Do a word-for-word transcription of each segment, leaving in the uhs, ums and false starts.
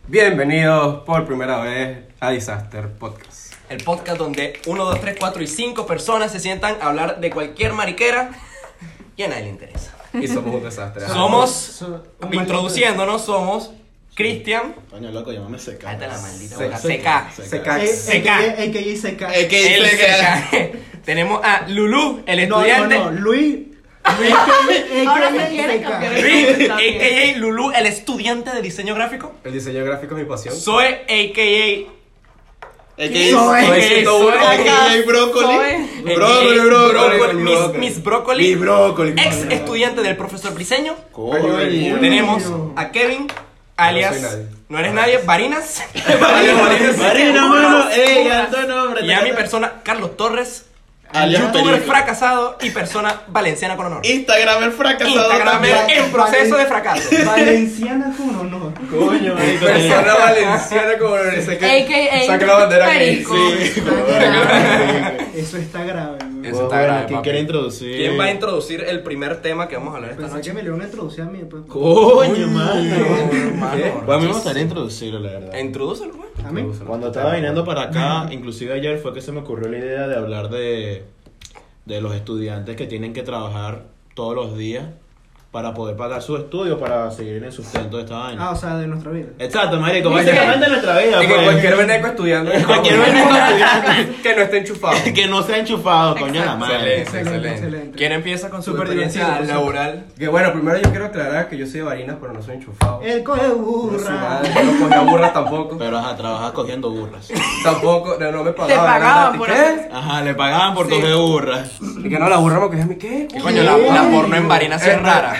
Bienvenidos por primera vez a Disaster Podcast. El podcast donde uno, dos, tres, cuatro y cinco personas se sientan a hablar de cualquier mariquera y a nadie le interesa. Y somos un desastre. Somos, So- introduciéndonos, somos Cristian. Coño, loco, llámame seca. Cállate la maldita Seca. boca. Seca. Seca. Eh, Seca. A K A Seca. Es que El dice seca. Tenemos a Lulú, el No, no, estudiante. no, Luis. Luis A K A Ahora se quiere Seca. cambiar. Luis, a k a. Lulú, el estudiante de diseño gráfico. El diseño gráfico es mi pasión. Zoe, a k a. Es que Soy- dice Soy- ciento uno, soy- es que hay brócoli. Soy- Brócoli, brócoli. Brócoli, Miss, brócoli. Miss Brócoli. Mi brócoli. Ex estudiante del profesor Briseño. Coño. Tenemos a Kevin, alias, No soy nadie. no eres nadie, Varinas. Marina, mano. Ey, alto nombre. Y a mi persona, Carlos Torres, Alias youtuber Perico. fracasado y persona valenciana con honor. Instagram el fracasado. Instagram también. en proceso de fracaso. Valenciana con honor. Coño, marico. Persona valenciana como ese que A K A saca la bandera aquí. Perico. Sí. Eso está grave, güey. Eso está grave, ¿Quién papi. quiere introducir? ¿Quién va a introducir el primer tema que vamos a hablar esta Pensé noche? que me le iban a introducir a mí, pues. Coño, mano. Hermano, Pues a mí me gustaría introducirlo, la verdad. Introdúcelo, güey. ¿A mí? Cuando estaba viniendo para acá, inclusive ayer fue que se me ocurrió la idea de hablar de, de los estudiantes que tienen que trabajar todos los días para poder pagar sus estudios, para seguir en el sustento de esta vaina. Ah, o sea, de nuestra vida. Exacto, marico, Dice- básicamente nuestra vida. Y que pues. cualquier veneco estudiando. Cualquier veneco estudiante. que no esté enchufado. Que no sea enchufado, coño la Exacto. madre. Excelente, Excelente, excelente. excelente. ¿Quién empieza con su Súper experiencia divertido, laboral? Que bueno, primero yo quiero aclarar que yo soy de Barinas, pero no soy enchufado. El coge Su burra. madre, no cogía burras tampoco. Pero ajá, trabajas cogiendo burras. Tampoco, no, no me Te pagaban. pagaban ¿Qué? por hacer- Ajá, le pagaban por Sí. coger burras. Y que no, la burra me cogía a mí, ¿qué? ¿Qué coño? La, la porno en Varinas sí es Es rara.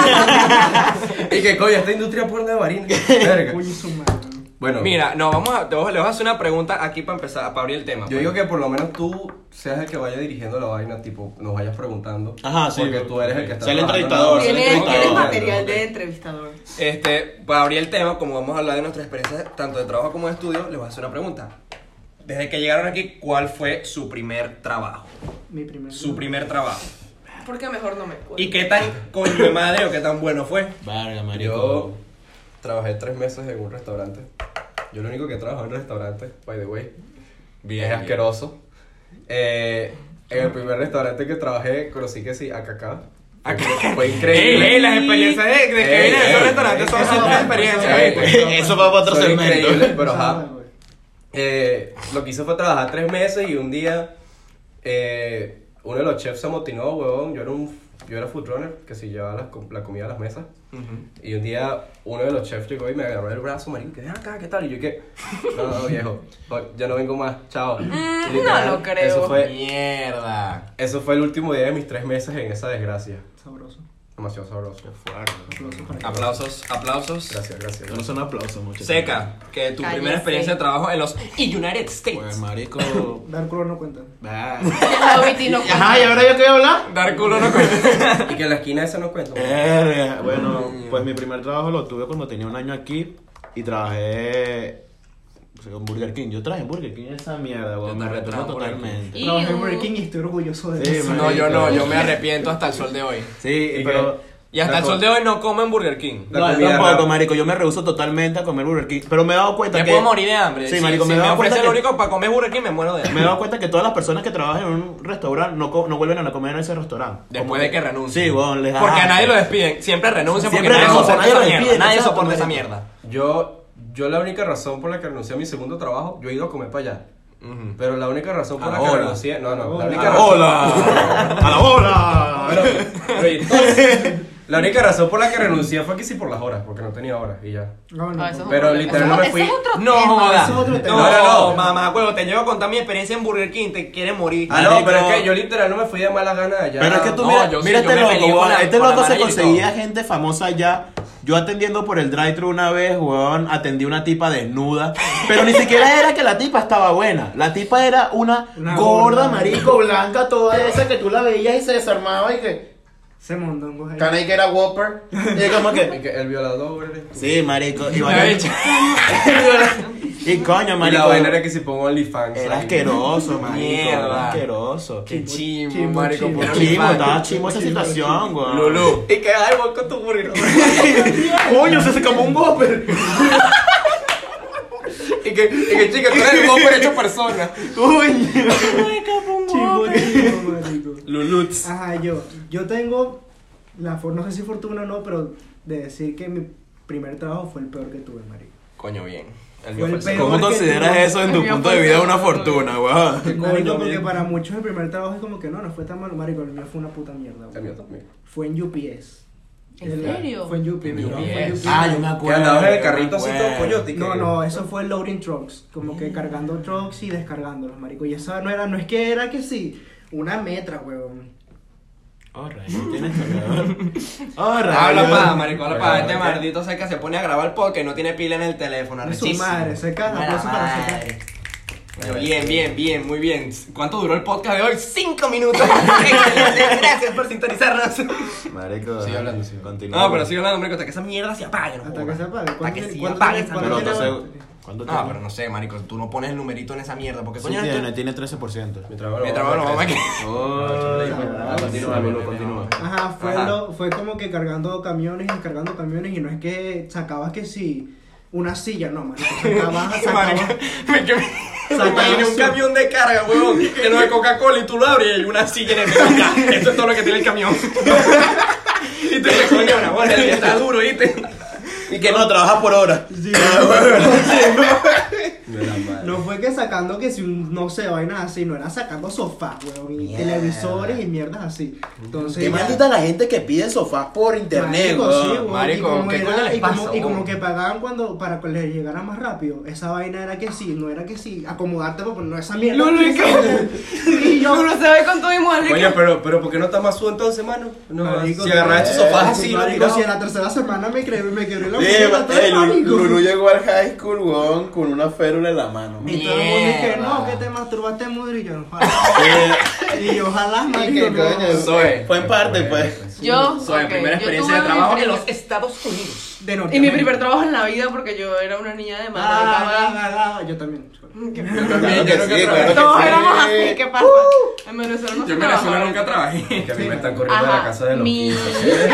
Y que coño, esta industria porno de Barinas. Verga. Coño, su madre. Bueno, Mira, no, vamos a, te voy a- le voy a hacer una pregunta aquí para empezar, para abrir el tema. yo pues. digo que por lo menos tú seas el que vaya dirigiendo la vaina, tipo, nos vayas preguntando. Ajá, sí. Porque tú eres el que está Sea el trabajando. entrevistador, sea el Tienes, tienes entrevistador. material de entrevistador. Este, para abrir el tema, como vamos a hablar de nuestra experiencia tanto de trabajo como de estudio, les voy a hacer una pregunta. Desde que llegaron aquí, ¿cuál fue su primer trabajo? Mi primer. Su primer trabajo. Porque mejor no me cuento. ¿Y qué tan coño de madre o qué tan bueno fue? Verga, marico. Yo trabajé tres meses en un restaurante. Yo lo único que trabajo en restaurante, by the way. Bien, es asqueroso. Eh, en el primer restaurante que trabajé, conocí que sí, a Cacá. Fue increíble. Ey, ey, las experiencias de, de que Ey, vienen de esos ey, restaurantes son ey, siempre ey, experiencias, ey, ¿viste? ey. Eso va para otro Son segmento. increíbles, pero Sabe, ajá. güey. Eh, lo que hice fue trabajar tres meses y un día eh, uno de los chefs se amotinó, huevón. Yo era un yo era food runner que si llevaba la, la comida a las mesas. Y un día uno de los chefs llegó y me agarró el brazo, marico, que ven acá, ¿qué tal? Y yo que, no, no, viejo, no, ya no vengo más, chao. Y Mm, literal, no lo creo. Eso fue, Mierda. eso fue el último día de mis tres meses en esa desgracia. Sabroso. Demasiado sabroso. Aplausos para ti. Aplausos, aplausos. Gracias, gracias. No son aplausos, muchachos. Seca, que tu Cállese. primera experiencia de trabajo en los United States. Pues, marico. Dar culo no cuenta. Va. La O B T no cuenta. Ajá, ¿y ahora yo qué voy a hablar? Dar culo no cuenta. Y que en la esquina esa no cuento. Verga. Bueno, pues mi primer trabajo lo tuve cuando tenía un año aquí y trabajé o sea, en Burger King. Yo trabajé en Burger King esa mierda, weón. Yo Me también arrepiento trabajé en Burger totalmente. Y- Trabajé en Burger King y estoy orgulloso de Sí, eso. man. No, yo no, yo me arrepiento hasta el sol de hoy. Sí, Y pero. que- Y hasta La el co- sol de hoy no como en Burger King. La No, yo comida tampoco, rápida. marico. Yo me rehuso totalmente a comer Burger King. Pero me he dado cuenta Me que. puedo morir de hambre. Sí, si, marico, si me he me dado cuenta ofrecen lo que- único para comer Burger King, me muero de Me he hambre. dado cuenta que todas las personas que trabajan en un restaurante no, co- no vuelven a comer en ese restaurante. Después Como de que renuncien. Sí, weón, les da Porque a asco. nadie lo despiden. Siempre renuncian porque Siempre nadie renuncian, soporta nadie esa lo mierda. despide, Nadie exacto, soporta esa marico. mierda. Yo, yo la única razón por la que renuncié a mi segundo trabajo, yo he ido a comer para allá. Ujú. Pero la única razón por A la la que bola. renuncié, no, no, la Hola. única ¡A la razón. bola! ¡A la bola! Bueno, pero entonces, la única razón por la que renuncié fue que sí por las horas, porque no tenía horas y ya. No, no, Ah, eso es Pero otro literal tema. no me Eso- fui. ese es otro No tema. jodas. Eso es otro tema. No, No, no, no. mamá, huevo, te llevo a contar mi experiencia en Burger King, te quieres morir. Ah, no, Marico. pero es que yo literal no me fui de mala gana de allá. Pero es que tú No, mira, yo sí, mira yo este me peleé loco, con weón. la- Este con la loco se manager y conseguía todo. gente famosa allá. Yo atendiendo por el drive-thru una vez, weón, atendí una tipa desnuda. Pero ni siquiera era que la tipa estaba buena. La tipa era una, Una gorda, gorda. marico, blanca, toda esa que tú la veías y se desarmaba y que... Se mondongo ahí. Canay que era Whopper. Y es como Y que... que el violador. güey. Sí, marico. Y, Una vaina- bicha. y coño, Y la marico. vaina era que si pongo OnlyFans. Era ahí. asqueroso, marico. Mierda. Era asqueroso. Qué chimo, Chimo, marico. chimo. por Chimo, OnlyFans. estaba chimo esa situación, weón. Lulú. Y que ay, voy con tu burrito. Coño, se se escapó un Whopper. que, y que chica, tú eres el Whopper hecho persona. Uy. Chimuelo, marico. Luluts. Ajá, yo. Yo tengo la for- no sé si fortuna o no, pero de decir que mi primer trabajo fue el peor que tuve, marico. Coño, bien. El Fue mío el fue el peor. segundo. ¿Cómo consideras que eso en tu El mío punto fue de vida el una segundo. fortuna, weón? Marico, porque bien. para muchos el primer trabajo es como que no, no fue tan malo, marico, el mío fue una puta mierda. El mío weón. también. Fue en U P S. ¿En El- serio? Fue en U P S. mi trabajo fue en U P S. Ah, yo me Que acuerdo. andabas en el yo carrito me así acuerdo. todo coyote. No, no, eso fue loading trucks, como que cargando trucks y descargándolos, marico. Y eso no era, no es que era que sí, una metra, weón. Oh, rayos, tienes cargador. Oh, rayos. Habla paja, marico, habla paja. Este ¿Qué? maldito seca se pone a grabar el podcast y no tiene pila en el teléfono. Es su Arrechísimo. madre, seca, Mala aplauso para madre. seca. Bueno, bien, bien, bien, muy bien. ¿Cuánto duró el podcast de hoy? Cinco minutos. Excelente, gracias por sintonizarnos. Marico, Sigue hablando, sigue. continúa. No, pero sigue hablando, marico, hasta que esa mierda se apague. No Hasta jodas. que se apague. Hasta que ¿Cuánto- se cuánto apague tiene- esa cuánto Pero mierda. tiene- entonces, ¿cuándo No, tiene? pero no sé, marico, tú no pones el numerito en esa mierda. Porque Sí coño, tiene, esto- tiene trece por ciento. Mi trabajo Mi trabajo no, va a mamá, crecer. que- Oh, Ah, continúa, amigo, continúa. Ajá, fue, Ajá. Lo, fue como que cargando camiones y descargando camiones y no es que sacabas que sí, una silla, no, man. Sacabas, Marico, sacabas, me, que me, me Sacaba imaginé un su- camión de carga, huevón, lleno de Coca-Cola y tú lo abres y hay una silla en el medio. Ya, eso es todo lo que tiene el camión. Y tú dices, coño, una bola, está duro, ¿viste? Y que no, trabaja por hora. sí, De la madre. no fue que sacando que si un, no sé, vainas así, no era sacando sofás, weón, y Mierda. televisores y mierdas así. Entonces, Qué ya- maldita la gente que pide sofás por internet, Marico, sí, weón. weón, Marico, y como ¿qué era- coño les y como, pasa, y como weón? que pagaban cuando para que les llegara más rápido. Esa vaina era que sí, no era que sí, acomodarte para poner esa mierda. No, no, que ¿y sí, y yo, Uno se ve con tu igual. Coño, pero, pero ¿por qué no está más su entonces, mano? No, marico, si agarras estos sofás así, lo marico, tirabas. si en la tercera semana me quebré, me quebré la Sí, muñeca, todo ey, Lu- marico. Lulu llegó al high school, weón, con una férula en la mano. Y todo el mundo dice, Mierda. no, que te masturbaste mucho y yo, ojalá. Y yo, ojalá, ¿Y marico, qué no. coño? Soy. Fue en parte, pues. Yo, Soy ok, primera yo experiencia tuve de mi trabajo en primer- los Estados Unidos. De Y mi Norteamérica. primer trabajo en la vida porque yo era una niña de madre. Ah, paga. ah, ah, yo también. Que- También, que yo nunca sí, trabajé. claro que Todos sí. éramos así, ¿qué pasa? En Venezuela no Yo se en Venezuela trabajaba. nunca trabajé. Que a mí me están corriendo de la Ajá, casa de los mi- quince.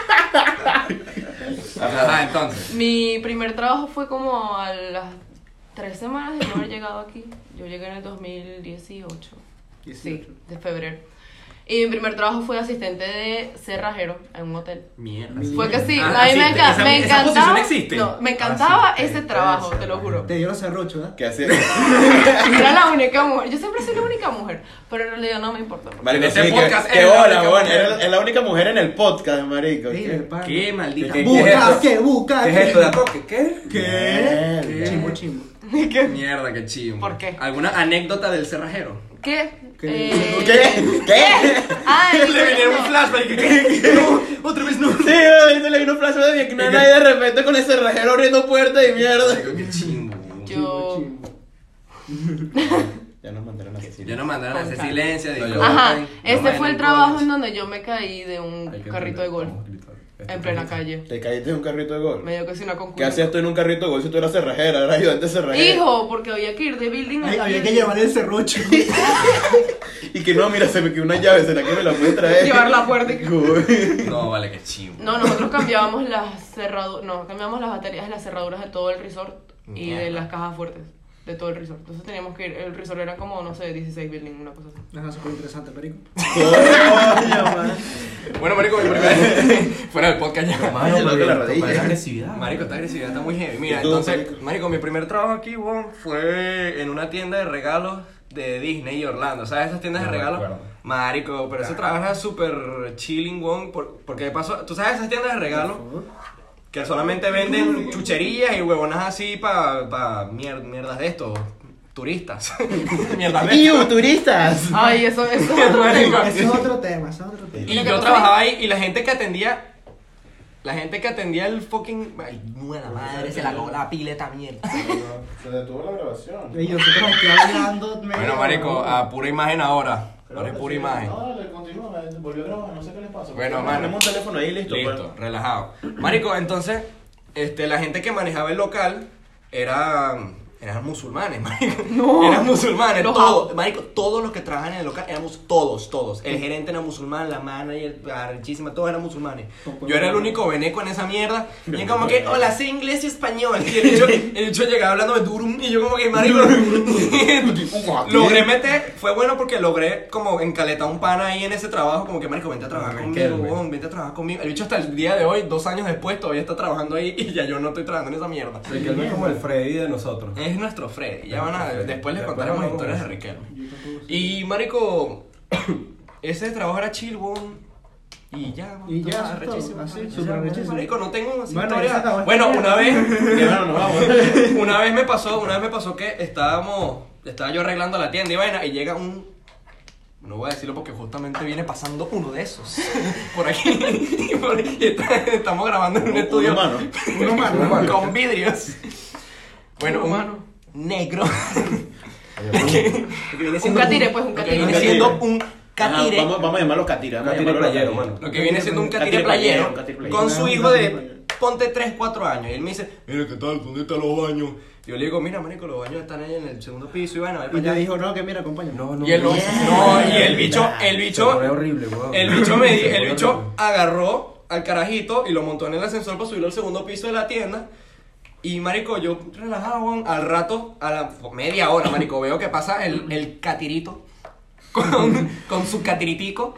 Ajá, entonces. Mi primer trabajo fue como a las tres semanas de no haber llegado aquí. Yo llegué en el dos mil dieciocho. Sí, de febrero. Y mi primer trabajo fue asistente de cerrajero en un hotel. Mierda. Fue que sí, Ah, a mí sí, me, enca- esa- me esa encantaba. posición existe. No, me encantaba Ah, sí, ese sí, trabajo, sí, te lo sí. juro. Te dio los serruchos, ¿verdad? ¿Qué hacía? Y era la única mujer. Yo siempre soy la única mujer, pero en realidad no me importa. porque- Marico, En este sí, podcast que, que eres la hola, única weón. mujer. Eres- Es la única mujer en el podcast, marico. Sí, ¿Qué? de pana. Qué maldita. ¿Qué- qué- Busca, es esto? ¿qué? Busca. ¿Qué es esto de Roque? ¿Qué? ¿Qué? Mierda. Chimbo, chimbo. Mierda, qué chido. ¿Por qué? ¿Alguna anécdota del cerrajero? ¿Qué? ¿Qué? Eh, ¿Qué? ¿Qué? Ay, Le vinieron un no. flashback. ¿Qué? ¿Qué? No, otra vez no. Sí, weón, se le vino un flash de que no hay nadie de repente con ese rajero abriendo puertas y mierda. Qué chimbo. Yo. Ya nos mandaron a asesinar. Yo no mandaron a hacer Con silencio. No, digo, yo- Ajá, no este vayan fue el en trabajo college. en donde yo me caí de un Hay que carrito de entender, golf vamos a gritar. Esto en es plena gritar. calle. Te caíste de un carrito de gol. Me dio que si una ¿Qué concurso. hacías tú en un carrito de gol si tú eras cerrajera? Eras ayudante cerrajera. Hijo, porque había que ir de building a Ay, había que building. llevar el serrucho. Y que no, mira, se me quedó una llave, ¿será que me la puedes traer? Llevar la puerta y- Uy. No, vale, qué chivo. No, nosotros cambiábamos las cerraduras, no, cambiamos las baterías de las cerraduras de todo el resort y de Mierda. las cajas fuertes de todo el resort. Entonces teníamos que ir, el resort era como, no sé, dieciséis building, una cosa así. Ajá, súper interesante, perico. Coño, man. Bueno, marico, mi primer... Fuera del podcast ya. Mano, Loco, pero la la rodilla. agresividad. Marico, esta agresividad está muy heavy. Mira, ¿Y tú, entonces, marico? marico, mi primer trabajo aquí, weón, fue en una tienda de regalos de Disney y Orlando. ¿Sabes esas tiendas No de regalos? recuerdo. Marico, pero ese trabajo era súper chilling, weón, por- porque de paso, ¿tú sabes esas tiendas de regalos? Que solamente venden chucherías y huevonas así para pa mierdas de estos, turistas. Mierdas de ¡Iu, turistas! Ay, eso, eso es otro tema. Ese es otro tema, ese es otro tema. Y Lo que yo pasa trabajaba ahí y la gente que atendía. La gente que atendía el fucking. Ay, nueva madre, se la acabó la pila esta mierda. Se detuvo la grabación. Y nosotros aquí hablando. Bueno, medio- marico, a pura imagen ahora. Ahora es pura imagen. No, dale, continúa, volvió a grabar, no sé qué les pasa. Bueno, Ponemos mano. un teléfono ahí, listo. Listo, pues. relajado. Marico, entonces, este, la gente que manejaba el local era eran musulmanes, marico. No. Eran musulmanes, Los todos, amo. marico, todos los que trabajan en el local éramos todos, todos. El gerente era musulmán, la manager, la arrechísima, todos eran musulmanes. Yo era el único veneco en esa mierda. Y es como que, hola, sé inglés y español. Y el hecho, el hecho llegaba hablándome durum y yo como que, marico, logré meter, fue bueno porque logré como encaletar un pana ahí en ese trabajo, como que, marico, vente a trabajar Ah, conmigo, Kelvin. weón, vente a trabajar conmigo. El bicho hasta el día de hoy, dos años después, todavía está trabajando ahí y ya yo no estoy trabajando en esa mierda. Riquelme es como el Freddy de nosotros. Es nuestro Freddy, ya van a, Freddy. después les Después contaremos hablamos historias de de Riquelme. Yo tampoco sé. Y marico, ese trabajo era chill, weón. Y ya, weón, Y ya, todo eso es todo, arrechísimo, así, marico. súper Ya, arrechísimo. Marico, no tengo así Bueno, historia. ya se acabó esta Bueno, mierda. una vez, Que bueno, nos vamos. una vez me pasó, una vez me pasó que estábamos, estaba yo arreglando la tienda y vaina y llega un, no voy a decirlo porque justamente viene pasando uno de esos por aquí. Y por- y está- estamos grabando en un estudio Uno humano. Uno humano. con vidrios. Bueno, Uno un humano. negro. Que viene Un siendo catire, pues, un que catire. viene siendo un Ajá, catire. vamos, vamos a llamarlo catire. Vamos a Catire llamarlo playero, catire. mano. Lo que viene siendo un catire Catire playero, playero catire playero. con su Un hijo catire de playero. ponte tres, cuatro años. Y él me dice, mira, ¿qué tal? ¿Dónde están los baños? Y yo le digo, mira, marico, los baños están ahí en el segundo piso y bueno, ahí Y para te allá. dijo, no, que mira, acompáñame. No, no. Y él no, no, y el bicho, el Se bicho, pone horrible, weón. el bicho me di- Se el pone bicho horrible. agarró al carajito y lo montó en el ascensor para subirlo al segundo piso de la tienda. Y marico, yo relajado, weón, al rato, a la media hora, marico, veo que pasa el, el catirito con, con su catiritico.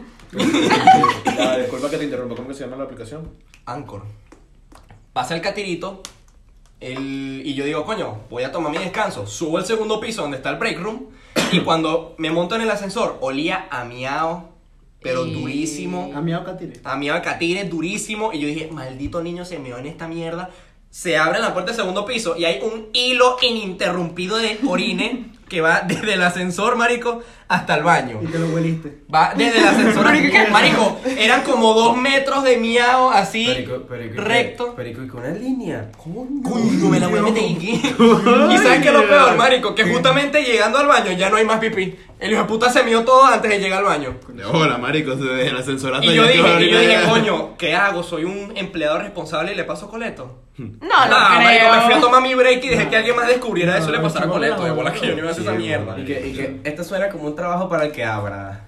Ah, disculpa que te interrumpa. ¿Cómo que se llama la aplicación? Anchor. Pasa el catirito. El, y yo digo, coño, voy a tomar mi descanso. Subo al segundo piso donde está el break room. Y cuando me monto en el ascensor, olía a miao, pero Y- durísimo. A mi Catire. A miao de catire, durísimo. Y yo dije, maldito niño se meó en esta mierda. Se abre la puerta del segundo piso y hay un hilo ininterrumpido de orine que va desde el ascensor, marico, hasta el baño. Y te lo hueliste. Va desde el ascensor. Marico, eran como dos metros de miau así, Perico, perico, y recto. que- Perico y con una línea. Coño, me la voy a meter aquí. Y sabes qué es lo peor, marico, que justamente llegando al baño ya no hay más pipí. El hijo de puta se mió todo antes de llegar al baño. Hola, marico. Desde el ascensor hasta Y yo allá, dije, tío, y yo dije, ahorita- coño, ¿qué hago? Soy un empleado responsable y le paso coleto. No, no Nah, creo. marico, me fui a tomar mi break y dejé que alguien más descubriera eso y le pasara coleto. De bola que yo no iba a hacer esa mierda. Y que, y que esto suena como un trabajo para el que abra.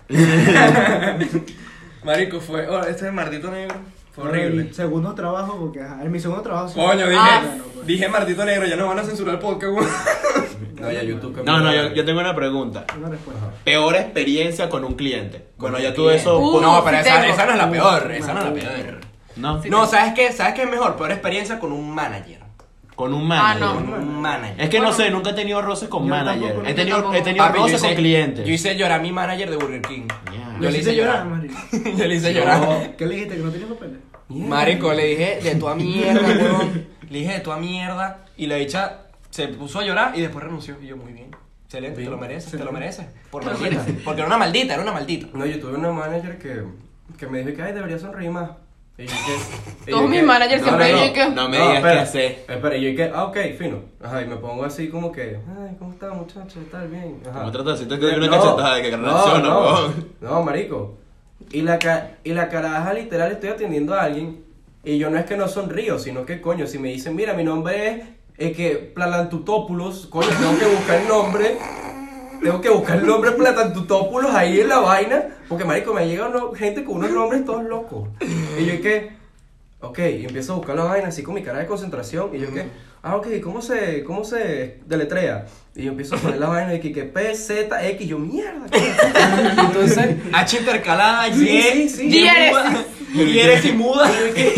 Marico, fue. Oh, este es el maldito negro. Fue horrible. El segundo trabajo, porque ajá, en mi segundo trabajo. sí. Coño, dije, Ah. Bueno, pues. dije maldito negro, ya nos van a censurar el podcast, weón. No, ya YouTube. No, no, yo, yo tengo una pregunta. Una respuesta. Peor experiencia con un cliente. Con Bueno, un ya tú cliente. eso. Uh, no, pero sí esa, tengo. esa no es la peor, esa no es la peor. No, No, ¿sabes qué? ¿Sabes qué es mejor? Peor experiencia con un manager. con un Ah, manager. no. Con un manager. Es que no Bueno. sé, nunca he tenido roces con Yo manager. tampoco. He Yo tenido, tampoco. he tenido Papi, yo roces con hice- clientes. Yo hice llorar a mi manager de Burger King. Yeah. Yo le hice llorar. marico. Yo le hice llorar. ¿Qué le dijiste? ¿Que no tenía papeles? Marico, le dije de tu mierda, weón. Le dije de tu mierda. Y la dicha se puso a llorar y después renunció. Y yo, muy bien. Excelente, te lo mereces, te lo mereces. Por Te lo maldita. mereces. Porque era una maldita, era una maldita. No, yo tuve una manager que, que me dijo que, ay, debería sonreír más. Y yo que- y Todos yo mis que- managers siempre dicen que- No me digas espera, qué hacer. Espera, y yo que, ah, ok, fino. Ajá, y me pongo así como que, ay, ¿cómo está, muchacho? ¿Está bien? Ajá. ¿Cómo tratas? Si te doy una cachetada de que reacciona, no, weón. no, marico. Y la, ca- y la caraja literal estoy atendiendo a alguien y yo no es que no sonrío, sino que coño, si me dicen, mira, mi nombre es, es que Platantutópulos, coño, tengo que buscar el nombre, tengo que buscar el nombre Platantutópulos ahí en la vaina, porque marico, me llega uno- gente con unos nombres todos locos. Y yo que, ok, y empiezo a buscar la vaina así con mi cara de concentración, y yo que, ah, ok, ¿cómo se, cómo se deletrea? Y yo empiezo a poner la vaina de que, que P, Z, X, yo, mierda. Entonces, H intercalada, Y, Sí, sí, sí. Y Diéresis. muda. Diéresis muda.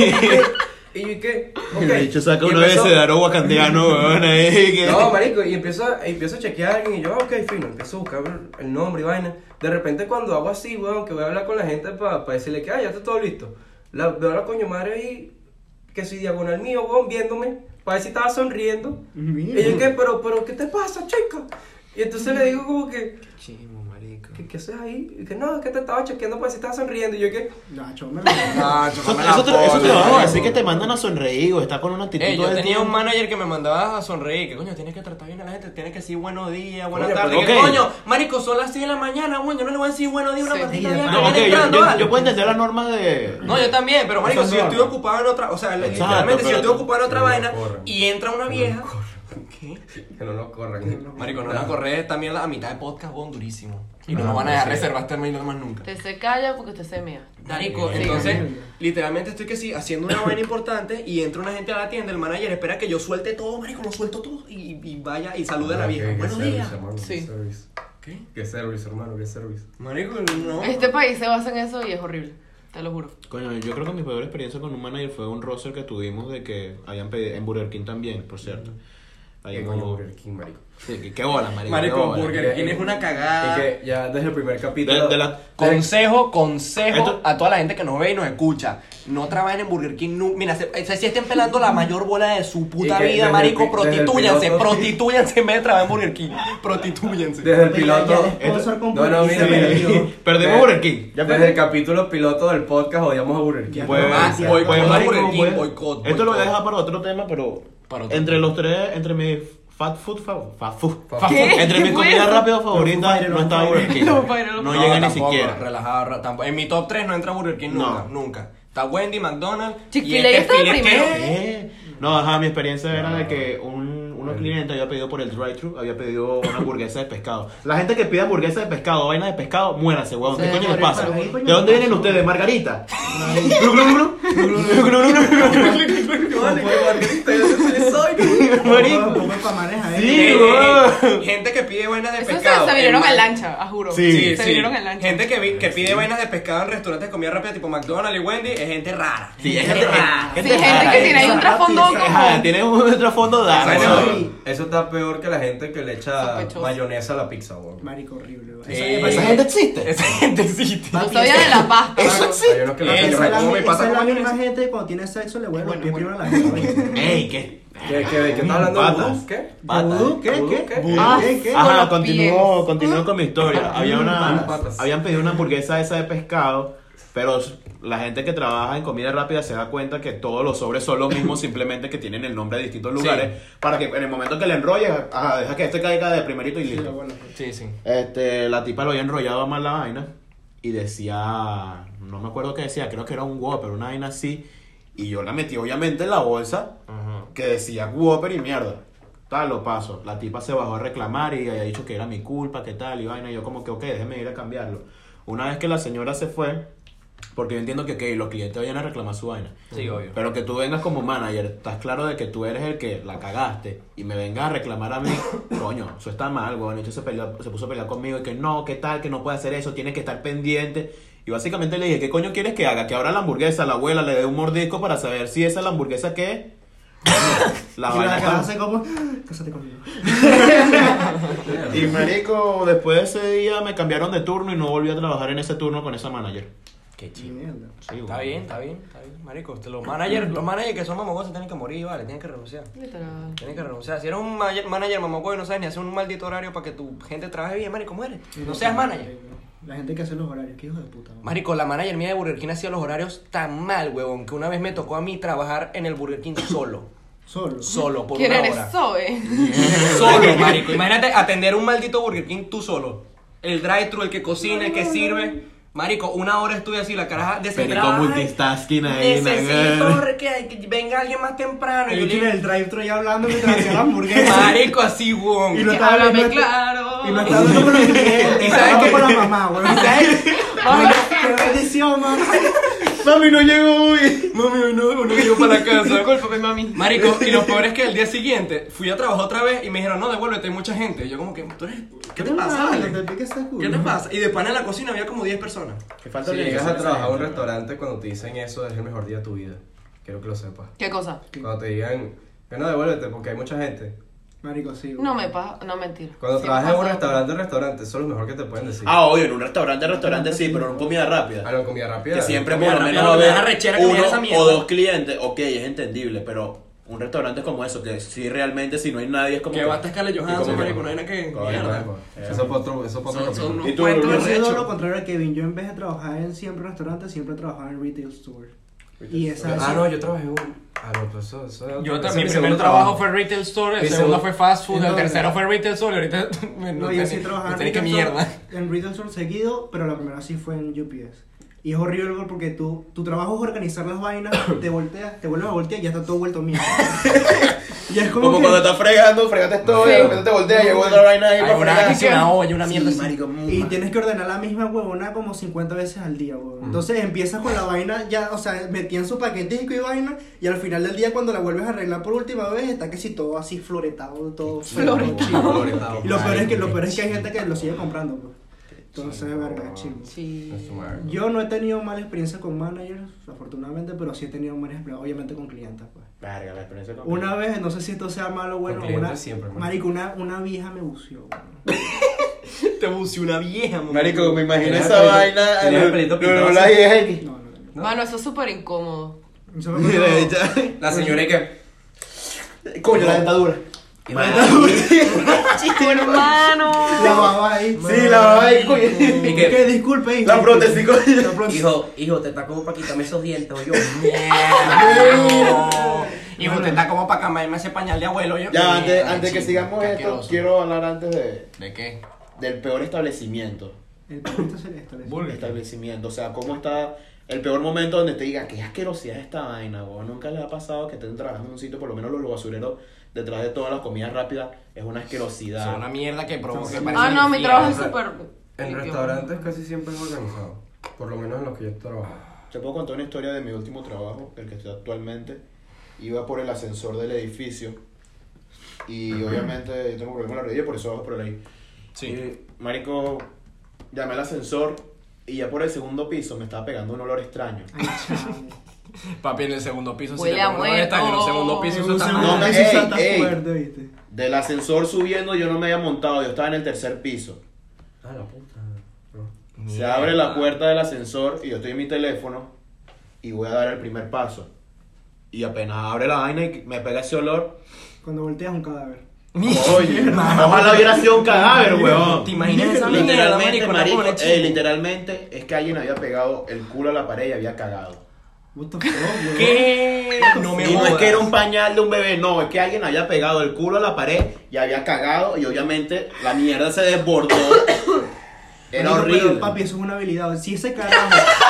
y yo que, ok. Y de hecho saca Y uno de empezó- ese daro wakandiano, weón, ahí que... No, marico, y empiezo, a- y empiezo a chequear a alguien y yo, ok, fino, empiezo a buscar el nombre y vaina. De repente cuando hago así, weón, que voy a hablar con la gente para decirle que, ah, ya está todo listo. La, veo a la coño madre ahí, que soy diagonal mío, weón, viéndome, para ver si estaba sonriendo. Mira. Y yo, ¿qué? Pero, pero, ¿qué te pasa, chica? Y entonces le digo como que, Chimo, marico. ¿qué, qué haces ahí? Y que no, es que te estaba chequeando para ver si estaba sonriendo. Y yo, ¿qué? Nacho, me Ah, Eso, chocame la eso, te- eso te polla, lo vamos a decir marico. que te mandan a sonreír o está con una actitud Eh, yo todo el tenía un tiempo. manager que me mandaba a sonreír, que coño, tienes que tratar bien a la gente, tienes que decir buenos días, buenas Coño, tardes. pero Que, ok. coño, marico, son las seis de la mañana, güey, yo no le voy a decir buenos días a una Sí. maldita Sí, vieja de que No, ok, viene yo, entrando, yo, ¿vale? yo puedo entender las normas de... No, yo también, pero marico, Esas si yo estoy normas. ocupado en otra, o sea, Exacto, literalmente si yo pero- estoy ocupado en otra No, vaina corre. y entra una vieja ¿Qué? Que no nos corran. Marico, no van a correr también a mitad de podcast, bon, durísimo. Y no Ah, nos van a dejar sí. reservar este mail más nunca. Usted se calla porque usted se mea. Marico, Sí. entonces, Sí. literalmente estoy que sí, haciendo una vaina importante y entra una gente a la tienda, el manager espera que yo suelte todo, marico, lo suelto todo y, y vaya y salude a la vieja. ¿Qué, qué Buenos service, días. hermano? Sí. ¿Qué service? ¿Qué? ¿Qué service, hermano? ¿Qué service? Marico, no. Este país se basa en eso y es horrible. Te lo juro. Coño, yo creo que mi peor experiencia con un manager fue un roster que tuvimos de que habían pedido en Burger King también, por cierto. Ahí ¿Qué como- coño Burger King, marico? Sí, que- qué bola, marico. Marico, qué bola. Burger King es una cagada. Y que ya desde el primer capítulo... De- de la- Consejo, consejo Esto- a toda la gente que nos ve y nos escucha. No trabajen en Burger King. No, mira, se, se, si estén pelando la mayor bola de su puta Y que vida, desde marico, el pi- desde el prostitúyanse, piloto- prostitúyanse en vez de trabajar en Burger King. Prostitúyanse. Desde el Ya- ya piloto... de sponsor con No, no, Burger King mira, se mira. perdió. Perdimos De- Burger King. Ya Desde el capítulo piloto del podcast odiamos a Burger King. Ya Pues, Ah, Ya, boicot ya, a marico, Burger King, pues, boicot, esto lo voy a boicot. dejar para otro tema, pero Para otro entre tema. los tres, entre mis fat food, fa- fast food, Fast ¿Qué? food. entre mis ¿Qué fue comidas eso? rápidas favoritas Los no está Burger King. Los Fire, los No Fire. llega ni tampoco, siquiera. Relajado, ra- tampoco. En mi top tres no entra Burger King nunca, No. nunca. Está Wendy, McDonald's. Chick-fil-A y este estaba filet primero. que- ¿Qué? No, ajá, mi experiencia era de que un, unos clientes había pedido por el drive-thru, había pedido una hamburguesa de pescado. La gente que pide hamburguesa de pescado, vaina de pescado, muérase, huevón. ¿Qué Sí, coño les morir, pasa? pero ahí, coño, ¿De dónde no vienen pasa. ustedes? ¿Margarita? Glu, glu, glu. Glu, glu, glu. Marico. Pongo pa' manejar, Sí, eh. Eh, weón. eh, gente que pide vainas de Eso se, pescado. se vinieron en en ma- lancha, a juro. Sí, Sí, se sí. vinieron en lancha. Gente que, vi- que pide vainas de pescado en restaurantes de comida rápida tipo McDonald's y Wendy es gente rara. Sí, es gente rara. Sí, gente que tiene ahí un trasfondo Ajá, como... Ajá, tiene un trasfondo Eso, dark. Eso- weón. eso está peor que la gente que le echa Sospechoso. mayonesa a la pizza, weón. Marico, horrible. weón. Eh, Esa- Esa gente existe. Esa gente existe. No sabía de la pasta. Eso mano. sí. Hay unos que la Eh, Esa yo es me la, como mi esa pasta es la con misma mayonesa. gente que cuando tiene sexo le huele los Bueno, pies bueno. primero a la gente. Ey, ¿qué? ¿Qué, qué, qué estás hablando de Patas. vudú? ¿Qué? Patas. ¿Vudú? ¿Qué? ¿Vudú? ¿Qué? ¿Qué? Ah, ¿Qué? ¿Qué? con Ajá, los continúo, pies. continúo con mi historia. Había una, Patas. habían pedido una hamburguesa esa de pescado, pero la gente que trabaja en comida rápida se da cuenta que todos los sobres son los mismos, simplemente que tienen el nombre de distintos lugares, para que en el momento que le enrolles, ajá, deja que este caiga de primerito y Sí, listo. bueno. Sí, sí. Este, la tipa lo había enrollado mal la vaina y decía, no me acuerdo qué decía, creo que era un Whopper, una vaina así, y yo la metí obviamente en la bolsa que decía Whopper y mierda. Tal, lo paso. La tipa se bajó a reclamar y había dicho que era mi culpa, que tal, y vaina, y yo como que, ok, déjeme ir a cambiarlo. Una vez que la señora se fue, porque yo entiendo que, ok, los clientes vayan a reclamar su vaina. Sí, obvio. Pero que tú vengas como manager, estás claro de que tú eres el que la cagaste y me vengas a reclamar a mí, coño, eso está mal, weón. Y entonces se, peleó, se puso a pelear conmigo y que no, que tal, que no puede hacer eso, tiene que estar pendiente. Y básicamente le dije, ¿qué coño quieres que haga? Que abra la hamburguesa, la abuela le dé un mordisco para saber si esa es la hamburguesa que es. La Y vaina la está- cara hace como, cásate conmigo. Y marico, después de ese día me cambiaron de turno y no volví a trabajar en ese turno con esa manager. Qué chido. Mierda. Sí, Está weón. bien, está bien, está bien. Marico, usted- los managers, los managers que son mamagosos tienen que morir, vale, tienen que renunciar. Literal. Tienen que renunciar. Si eres un manager, manager mamagoso y no sabes ni hacer un maldito horario para que tu gente trabaje bien, marico, muere. No seas manager. La gente que hace los horarios, qué hijo de puta. ¿no? Marico, la manager mía de Burger King hacía los horarios tan mal, huevón, que una vez me tocó a mí trabajar en el Burger King solo. Solo. Solo, por ¿Quién una eres, hora. Zoe? Solo, marico. Imagínate atender un maldito Burger King tú solo. El drive-thru, el que cocina, el que sirve. Marico, una hora estuve así, la caraja desesperada. Perico Ay, multitasking ahí. necesito naga. que, que venga alguien más temprano. Y yo El le chile del drive-thru ya hablando mientras hacía la hamburguesa. marico, así, huevón. Y no Que estaba háblame y no- claro. Y no estaba hablando con los clientes, ¿Y estaba sabes hablando qué? con la mamá, weón. Mamá. Qué bendición, mamá. Mami, no llegó hoy. Mami, no, no llego para la casa. Discúlpame, mami. Marico, y lo peor es que el día siguiente fui a trabajar otra vez y me dijeron, no, devuélvete, hay mucha gente. Y yo como que, ¿tú eres? ¿Qué te pasa, No vale? te piques ese culo. ¿Qué te pasa? Y después en la cocina había como diez personas. Que falta Si llegas organización a trabajar a un esa gente, restaurante, cuando te dicen eso, es el mejor día de tu vida. Quiero que lo sepas. ¿Qué cosa? Cuando te digan, que no, devuélvete porque hay mucha gente. Marico, sí. No me pasa, no mentira. Cuando Sí me trabajas en un pasa. restaurante, restaurante, eso es lo mejor que te pueden decir. Ah, obvio, en un restaurante, restaurante sí, pero no en comida rápida. Ah, no, comida rápida. Que siempre Comida por lo rápida, menos va a me da haber rechera que me digan esa uno mierda. o dos clientes, ok, es entendible, pero un restaurante como eso, que sí realmente si no hay nadie es como Que va hasta Scarlett y Johansson, como que- marico, no hay nada que... Coño, Mierda. coño. Eso fue otro, eso fue otro Son- son capítulo. unos ¿Y tú, cuentos Bruno? Yo he sido hechos. lo contrario de Kevin. Yo en vez de trabajar en siempre restaurante, siempre trabajaba en retail store. Y esa Ah, no, yo trabajé en un... Ah, no, pues eso... eso Yo ese también, es mi mi primer segundo trabajo fue retail store, el Mi segundo segundo- fue fast food, el Entonces- tercero fue retail store y ahorita... No, yo sí trabajaba en Tenés que retail store, mierda. en retail store seguido, pero la primera sí fue en U P S. Y es horrible porque tú, tu trabajo es organizar las vainas, te volteas, te vuelves a voltear y ya está todo vuelto mierda. Y es como, Como que... cuando estás fregando, fregaste todo Sí. y de repente te volteas y llegó otra vaina ahí Hay para una, fregar. que una olla, una mierda Sí, así. Marico, muy Y mal. tienes que ordenar la misma huevona como cincuenta veces al día, huevón. Entonces empiezas con la vaina ya, o sea, metí en su paquetico y vaina, y al final del día cuando la vuelves a arreglar por última vez, está que si todo así floretado, todo Floretado. Floretado. Y lo peor es que lo peor es que hay gente que lo sigue comprando, pues. Entonces, verga, chimbo. Sí. Es su madre. Yo no he tenido mala experiencia con managers, afortunadamente, pero sí he tenido malas experiencias, obviamente con clientes, pues. Verga, la experiencia con Una vez, no sé si esto sea malo o bueno, Con clientes una, siempre, man. marico, una, una vieja me buceó, weón. Te buceó una vieja, mamá. Marico, me imagino Tenía esa el pelito- vaina. tenía el lo- pelito lo- pintado lo- la así. vieja X. No, no, no. ¿No? Mano, eso es súper incómodo. Eso me Mira, pasó- ya. La señora y que. Coño, la dentadura. Hermano. La baba ahí. Sí, la baba ahí, coño. ¿Y Que qué? disculpe, hijo. La prótesis, coño. La prótesis. Hijo, hijo, te está como para quitarme esos dientes, o yo. Mierda. Y usted está como para cambiarme ese pañal de abuelo. Yo. Ya, antes, Mierda, antes que chico, sigamos qué esto, asqueroso. quiero hablar antes de, ¿De qué? del peor establecimiento. El perrito se le establece. Burger. Establecimiento, o sea, cómo está el peor momento donde te diga qué asquerosidad es esta vaina, weón. Nunca les ha pasado que estén trabajando en un sitio, por lo menos los basureros detrás de todas las comidas rápidas, es una asquerosidad. Es una mierda que provoca. Ah, parece Ah, no, mi infierno. trabajo es súper. En limpio. restaurantes casi siempre es organizado. Por lo menos en los que yo trabajo. Te puedo contar una historia de mi último trabajo, el que estoy actualmente. Iba por el ascensor del edificio y obviamente yo tengo problemas en la rodilla, por eso bajo por ahí. Sí. Y, marico, llamé al ascensor y ya por el segundo piso me estaba pegando un olor extraño. Ay, chavo. Papi, en el segundo piso. Huele te a pones muerto. esta, en el segundo piso. En Eso un está segundo No, mal. piso ey, está ey. fuerte, ¿viste? Del ascensor subiendo yo no me había montado, yo estaba en el tercer piso. Ah, la puta. No. Se abre la puerta del ascensor y yo estoy en mi teléfono y voy a dar el primer paso. Y apenas abre la vaina y me pega ese olor. Cuando volteas un cadáver. Oye, ojalá hubiera sido un cadáver, weón. ¿Te imaginas esa mierda, Literalmente, marico? La marico, pobre eh, chico. literalmente es que alguien había pegado el culo a la pared y había cagado. What the fuck, weón? ¿Qué? No me Y no es que era un jodas. pañal de un bebé, no, es que alguien había pegado el culo a la pared y había cagado y obviamente la mierda se desbordó. Era Marico, horrible. pero, papi, eso es una habilidad. Si ese carajo.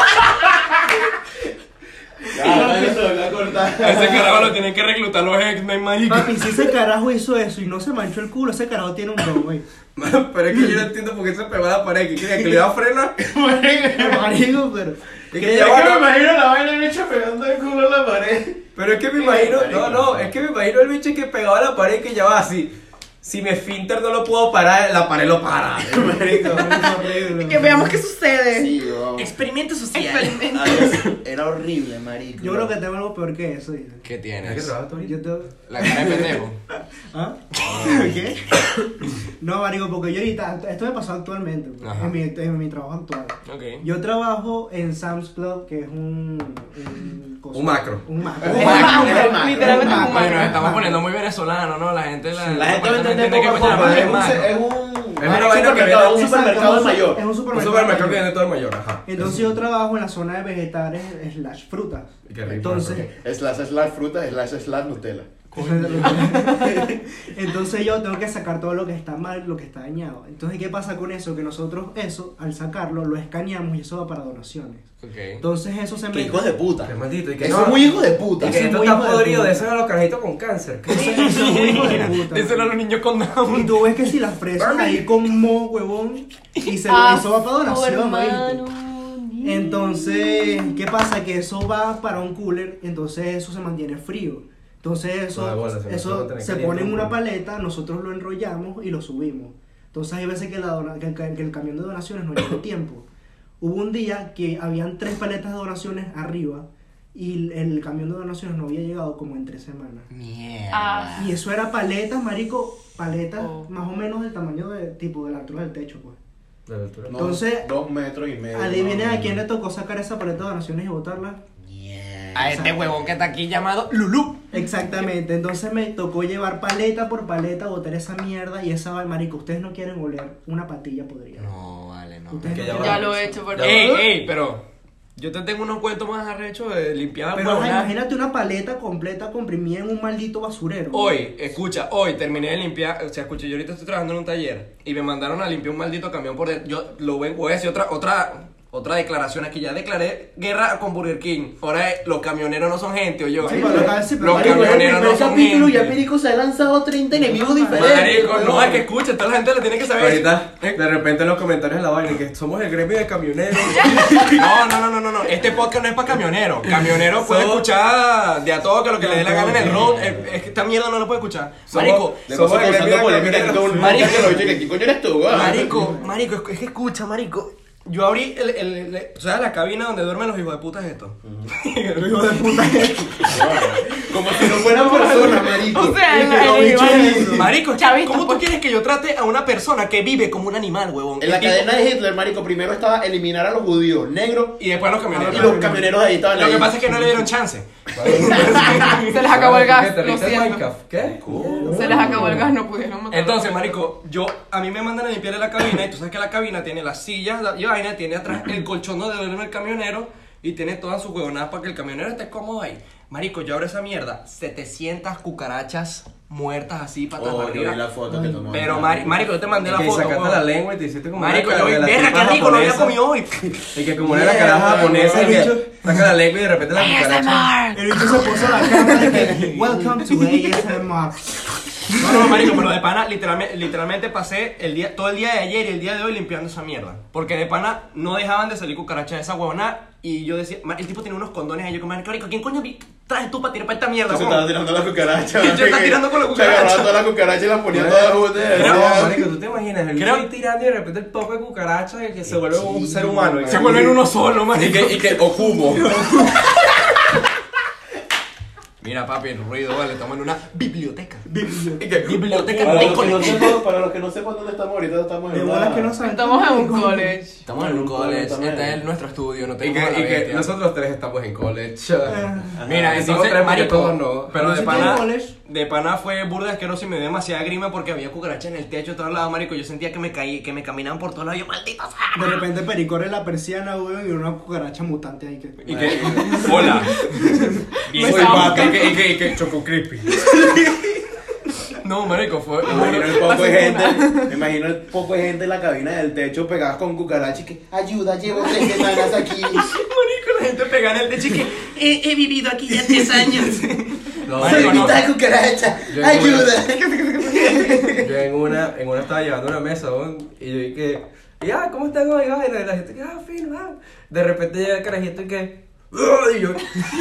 Ya, eso se va a cortar. A ese carajo lo tienen que reclutar los X-Men, marico. Papi, si ese carajo hizo eso y no se manchó el culo, ese carajo tiene un don, güey. Pero es que yo no entiendo por qué se pegó a la pared. ¿Qué quería? ¿Que le iba a frenar? Marico, pero. Es Que que ya ya que me va, no. imagino la vaina el bicho pegando el culo a la pared. Pero es que me imagino. No, no, es que me imagino el bicho que pegaba a la pared que ya va así. Si mi esfínter no lo puedo parar, la pared lo para. Marico. Que veamos qué sucede. Sí, weón. Experimento social. Experimento. Ay, era horrible, marico. Yo creo que tengo algo peor que eso. ¿viste? ¿Qué ¿Es que tienes? trabajas tú ahorita? Yo tengo. La cara de pendejo. ¿Ah? ¿Qué? No, marico, porque yo ahorita. Esto me pasó actualmente, pues, Ajá. en mi, en mi trabajo actual. Ok. Yo trabajo en Sam's Club, que es un. Un, cosa- Un macro. Un macro. Un Un macro, macro. un macro. Literalmente Un un Bueno, macro. nos estamos poniendo muy venezolanos, ¿no? La gente la, La gente va a entender entiende poco a que poco, coño, es un, macro. es un, Es una vaina que supermercado, vende- un supermercado de mayor. Es un Un supermercado. supermercado que mayor. viene todo el mayor, ajá. Entonces yo trabajo en la zona de vegetales slash frutas. Qué rico, Entonces, Slash slash fruta, slash slash Nutella. entonces yo tengo que sacar todo lo que está mal, lo que está dañado. Entonces, ¿qué pasa con eso? Que nosotros eso, al sacarlo, lo escaneamos y eso va para donaciones. Ok. Entonces eso se Qué mete... hijos de puta. Qué maldito. Y que Eso no, es muy hijo de puta. Y Eso que es esto muy está hijo de podrido, puta. de esos a los carajitos con cáncer. Eso, eso es muy hijo de puta. Díselo a los niños con Y Down. tú ves que si las fresas ahí con mo, huevón, y se, Ah, eso va para donación, hermano. ¿viste? Entonces, ¿qué pasa? Que eso va para un cooler, entonces eso se mantiene frío. Entonces eso, Ah, bueno, se me eso va a mantener se caliente pone en un una poco. paleta, nosotros lo enrollamos y lo subimos. Entonces hay veces que, la dona- que, el, ca- que el camión de donaciones no llega a tiempo. Hubo un día que habían tres paletas de donaciones arriba y el, el camión de donaciones no había llegado como en tres semanas. Mierda. Ah. Y eso era paletas, marico, paletas Oh. más o menos del tamaño de tipo de la altura del techo, pues. De la altura. No, Entonces, dos metros y medio. Adivinen no, a quién le tocó sacar esa paleta de donaciones y botarla. Mierda. A este huevón que está aquí llamado Lulú. Exactamente, entonces me tocó llevar paleta por paleta, botar esa mierda y esa marico, ustedes no quieren oler una patilla podrida. No, vale, no. Ustedes Que no ya quieren- Ya va. lo he hecho, pero. Ya Ey, va. ey, pero yo te tengo unos cuentos más arrechos de limpiar la Pero ajá, huevona. imagínate una paleta completa comprimida en un maldito basurero. Hoy, escucha, hoy terminé de limpiar, o sea, escucha, yo ahorita estoy trabajando en un taller y me mandaron a limpiar un maldito camión por dentro. Yo lo ven, voy a decir otra, otra, Otra declaración aquí, ya declaré guerra con Burger King. Ahora eh, los camioneros no son gente, oye. Sí, pero acá sí, pero Los marico, camioneros no son capítulo gente. ya Perico se ha lanzado treinta enemigos diferentes. Marico, no, es que escucha, toda la gente le tiene que saber. Ahorita, de repente en los comentarios de la vaina, que somos el gremio de camioneros. No, no, no, no, no, no. Este podcast no es para camioneros. Camioneros puede Somos- escuchar de a todo que lo que le dé la gana en el road. Es es que esta mierda no lo puede escuchar. Marico, Le Somos paso el gremio causando de polémica aquí camioneros. con un Marico. que lo dice que ¿quién coño eres tú, weón? marico, marico, es que escucha, marico. Yo abrí el, el, el- ¿tú sabes la cabina donde duermen los hijos de puta esto? Hijo de puta. Como si no fueran personas, marico. O sea, Y el, que lo el- bicho el- es- Marico, es que, Chavista, ¿cómo tú pues. quieres que yo trate a una persona que vive como un animal, huevón? En la El tipo- cadena de Hitler, marico, primero estaba eliminar a los judíos negros Y después los camioneros. y los camioneros ahí estaban Lo ahí. que pasa es que no le dieron chance. se les acabó el ¿Qué? gas, ¿Te lo riste en siento. Minecraft? ¿Qué? Se les acabó el gas, no pudieron matar. Entonces, marico, yo, a mí me mandan a limpiar la cabina y tú sabes que la cabina tiene las sillas la- y vaina, tiene atrás el colchón donde duerme el camionero y tiene todas sus huevonadas para que el camionero esté cómodo ahí. Marico, yo abro esa mierda, setecientas cucarachas muertas así, patas Oh, yo arriba. vi la foto que tomó. Pero, mari- marico, yo te mandé la Que foto. sacaste huevón. la lengua y te hiciste como Marico, una yo vi, de la verga, tipa qué rico, lo había japonesa. comido hoy. Y que como era la cara japonesa, y que bicho- saca la lengua y de repente la cucaracha. El bicho se puso la cámara de que welcome to A S M R. No, no, marico, pero de pana, literalmente, literalmente pasé el día, todo el día de ayer y el día de hoy limpiando esa mierda. Porque de pana no dejaban de salir cucarachas de esa huevona. Y yo decía, "Ma- el tipo tiene unos condones ahí, yo como, marico, ¿quién coño vi- traes tú para tirar para esta mierda? Se huevón?" estaba tirando la cucaracha. Yo estaba tirando con la Se cucaracha. agarraba toda la cucaracha y la ponía Creo- todas juntas. y No, decía, marico, tú te imaginas el Creo- bicho ahí tirando y de repente el poco de cucaracha y que se vuelve un ser humano. Se vuelven uno solo, marico. Y que, y que Okumo. Mira, papi, el ruido, vale, estamos en una biblioteca. Y que Biblioteca Para de los, que no colegio. sepan, para los que no sepan dónde estamos ahorita, estamos De en bolas una- que no saben. Estamos en un college. Estamos en un college, este es nuestro estudio, no Y tenemos a que, la y que bestia. nosotros tres estamos en college. Mira, Decimos entonces, tres porque marico, todos no. pero No de sé pana, quién es college. de pana fue burda asqueroso y me dio demasiada grima porque había cucarachas en el techo de todos lados, marico. Yo sentía que me caí, que me caminaban por todos lados, yo, maldito sea. De repente pericorre la persiana, weón, y una cucaracha mutante ahí que. Y que, hola. Bien, Soy sapo. vaca. Y que, y que, y que Choco Crispy. No, marico, fue. Me imagino el poco de gente, me imagino el poco de gente en la cabina del techo pegadas con cucarachas y que ayuda, llevo tres semanas aquí. Marico, la gente pegada en el techo y que he, he vivido aquí ya diez años. No, Marico, marico, no. Mitad de cucaracha, Yo- ayuda. Yo en una, en una estaba llevando una mesa, weón, y yo dije, y ah, ¿cómo están hoy? Vaina? Y la gente, que, ah, fino, ah. De repente llega el carajito y que, "Ugh", y yo,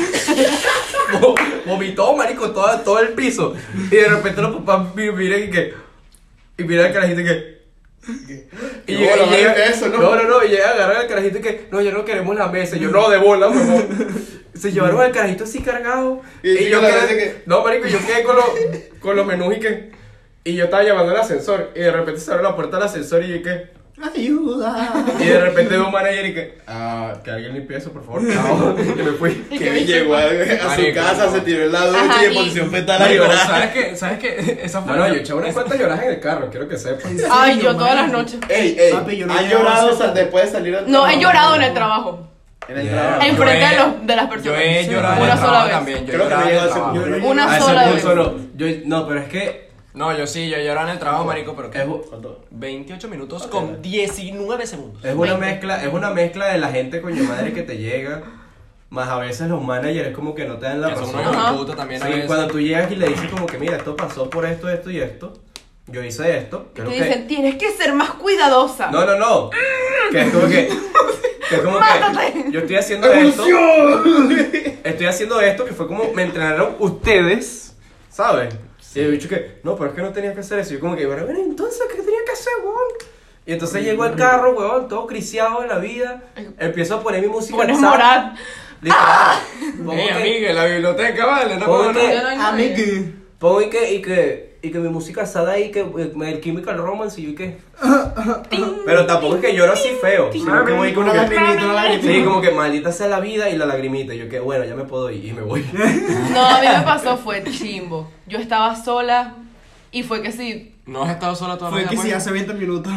vo- vomitó, marico, todo, todo el piso. Y de repente los papás mi- miran y que, y miran al carajito y que, Y bola, vale eso, ¿no? no, no, no, y llega a agarrar al carajito y que, no, ya no queremos la mesa. Y yo, no, de bola, huevón. Se llevaron al carajito así cargado. Y sí, yo la quedé, vez que- no, marico, yo quedé con los, con los menús y que, y yo estaba llamando al ascensor. Y de repente se abre la puerta del ascensor y yo que, Ayuda. y de repente veo un manager y que, ah, que alguien limpie eso, por favor. Chao. Y me fui. Y Que que llegó a, a su Marico, casa, no. se tiró en la ducha Ajá, y en y- posición fetal a Marico, llorar. ¿sabes qué? ¿Sabes qué? Esa fue No, no, la- yo eché unas cuantas lloras en el carro, quiero que sepan. Ay, yo todas las noches. Ey, ey, Papi, yo no ¿han llegaba a llorado hacer- sal- después de salir al No, he trabajo? llorado en el trabajo. En el Yeah. trabajo. Enfrente Yo he- de, los, de las Yo personas. he Sí, llorado en una el sola trabajo vez. también. Yo he Creo que llorado no en llegó el a ese trabajo. punto. Una Ah, ese sola fue vez. solo. Yo, no, pero es que, No, yo sí, yo he llorado en el trabajo, marico, pero que es, u- ¿Cuánto? veintiocho minutos con diecinueve segundos. es una veinte. mezcla, es una mezcla de la gente coño madre que te llega, más a veces los managers es como que no te dan la Que son razón. unos Ajá. putos también a Sí, veces. cuando tú llegas y le dices como que mira, esto pasó por esto, esto y esto, yo hice esto, que Y es te lo que- dicen, tienes que ser más cuidadosa. No, no, no. Que es como que. Que es como ¡Mátate! que. Yo estoy haciendo esto. Estoy haciendo esto que fue como me entrenaron ustedes, ¿sabes? Y he dicho que, no, pero es que no tenía que hacer eso. Y yo como que, bueno, bueno, entonces, ¿qué tenía que hacer, weón? Y entonces llego al carro, weón, todo criciado en la vida. Empiezo a poner mi música. Pones en zap, morat. literal. Pongo Ey, que- amiga, la biblioteca, vale, no Pongo puedo que- Ya no hay A mí nadie. que. Pongo y que, y que, y que mi música sada ahí, que eh, el Chemical Romance y yo y que. Pero tampoco es que lloro así feo, sino que voy como Una que. lagrimita, una lagrimita. Sí, como que maldita sea la vida y la lagrimita. Y yo que, bueno, ya me puedo ir y me voy. No, a mí me pasó fue chimbo. Yo estaba sola y fue que sí. ¿No has estado sola toda la Fue vida? que pues? sí, hace veinte minutos.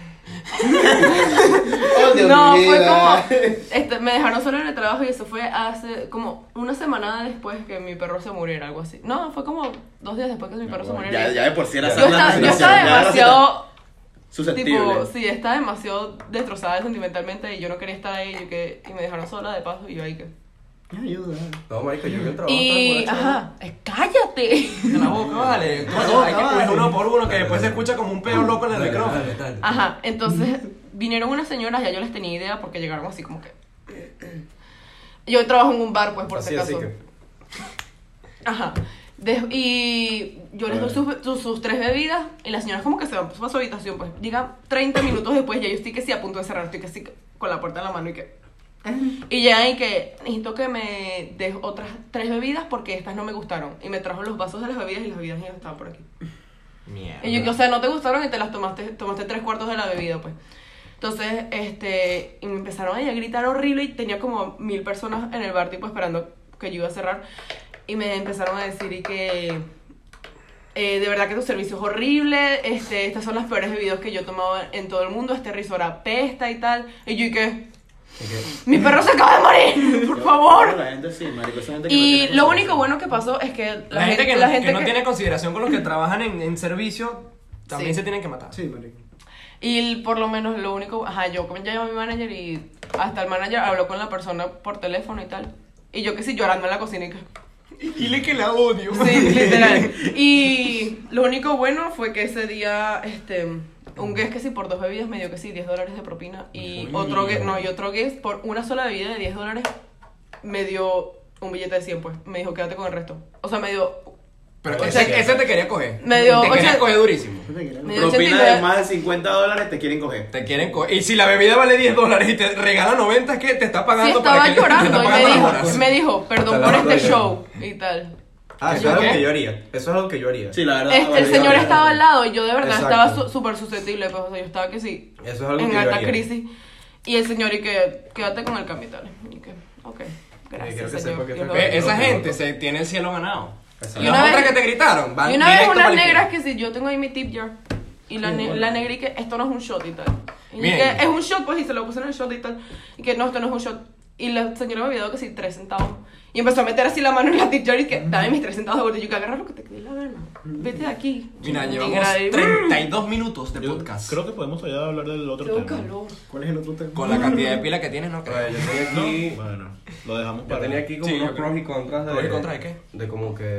Oh, Dios No, mío. fue como. Este, me dejaron sola en el trabajo y eso fue hace como una semana después que mi perro se muriera, algo así. No, fue como dos días después que mi perro se muriera. Ya, ya de por sí era Yo sana la estaba, yo situación, estaba ya era demasiado susceptible. Tipo, sí, estaba demasiado destrozada sentimentalmente y yo no quería estar ahí y, que, y me dejaron sola de paso y yo ahí que... Ayuda. No, marico, yo vi el trabajo. Y, estaba borracho. ajá, es- cállate. De la boca, vale. Coño, boca, hay que coger vale. uno por uno que después se escucha como un peo loco en el Dale, micrófono. dale, dale. Ajá, entonces vinieron unas señoras, ya yo les tenía idea porque llegaron así como que... Yo trabajo en un bar, pues, por si Así, así acaso. que. Ajá. De- y yo les doy sus, sus, sus tres bebidas y las señoras como que se van para su habitación, pues llegan treinta minutos después, ya yo estoy que sí a punto de cerrar, estoy que sí con la puerta en la mano y que... Y llegan y que necesito que me des otras tres bebidas porque estas no me gustaron. Y me trajo los vasos de las bebidas y las bebidas ya estaban por aquí. Mierda. Y yo, que, o sea, no te gustaron y te las tomaste, tomaste tres cuartos de la bebida, pues. Entonces, este, y me empezaron a gritar horrible y tenía como mil personas en el bar, tipo, esperando que yo iba a cerrar. Y me empezaron a decir y que, eh, de verdad que tu servicio es horrible, este, estas son las peores bebidas que yo he tomado en todo el mundo, este risor apesta y tal. Y yo, ¿y qué? ¿Y qué? ¡Mi perro se acaba de morir! ¡Por favor! La gente sí, marico, esa gente que Y no tiene lo consideración. único bueno que pasó es que la, La gente que, la no, gente que no que- tiene consideración con los que trabajan en, en servicio también Sí. se tienen que matar. Sí, marico. Y por lo menos lo único, ajá, yo como ya llamé a mi manager y hasta el manager habló con la persona por teléfono y tal. Y yo que sí llorando en la cocina y que... Dile que la odio. Sí, literal. Y lo único bueno fue que ese día, este, un guest que sí por dos bebidas me dio que sí, diez dólares de propina. Y Uy. otro guest, no, y otro guest por una sola bebida de diez dólares me dio un billete de cien, pues. Me dijo, quédate con el resto. O sea, me dio... Pero O ese, sea, ese te quería coger. me dio Te quería ocho- coger durísimo. Yo te quería- Me dio Propina ochenta y nueve. de más de cincuenta dólares te quieren coger. Te quieren coger. Y si la bebida vale diez dólares y te regala noventa, es que te está Sí, pagando estaba para que te llorando está y me pagando las dijo, horas. me dijo, perdón Hasta por la este rodilla. show y tal. Ah, eso ¿Yo es algo qué? que yo haría. Eso es algo que yo haría. Sí, la verdad. Este, el vale, señor vale. estaba al lado y yo de verdad Exacto. estaba su- súper susceptible, pues, o sea, yo estaba que sí, Eso es algo en que yo alta haría. crisis. Y el señor y que, quédate con el cambio y tal. Y que, ok, quiero gracias, que señor. sepa que Y esto uno- es- Ve, esa No, gente no. se tiene el cielo ganado. Exacto. Y Y las una otras vez- que te gritaron van Y una vez directo unas para el negras infierno. que sí, yo tengo ahí mi tip jar. Y la, ne- la negra y que esto no es un shot y tal. Y Bien. que es un shot, pues, y se lo puse en el shot y tal. Y que no, esto no es un shot. Y la señora me había dado que sí, tres centavos. Y empezó a meter así la mano en la tip jar y que dame mis tres centavos de vuelta. Y yo que agarra lo que te dé la gana. Vete de aquí. Mira, Y llevamos negra y- treinta y dos minutos de Yo podcast. creo que podemos ya hablar del otro Tengo tema. calor. ¿Cuál es el otro tema? Con la cantidad de pila que tienes, no creo. Oye, yo tenía No, aquí. bueno, lo dejamos Yo para. tenía aquí como Sí, unos yo creo. pros y contras de. ¿Pros y contras de qué? De como que.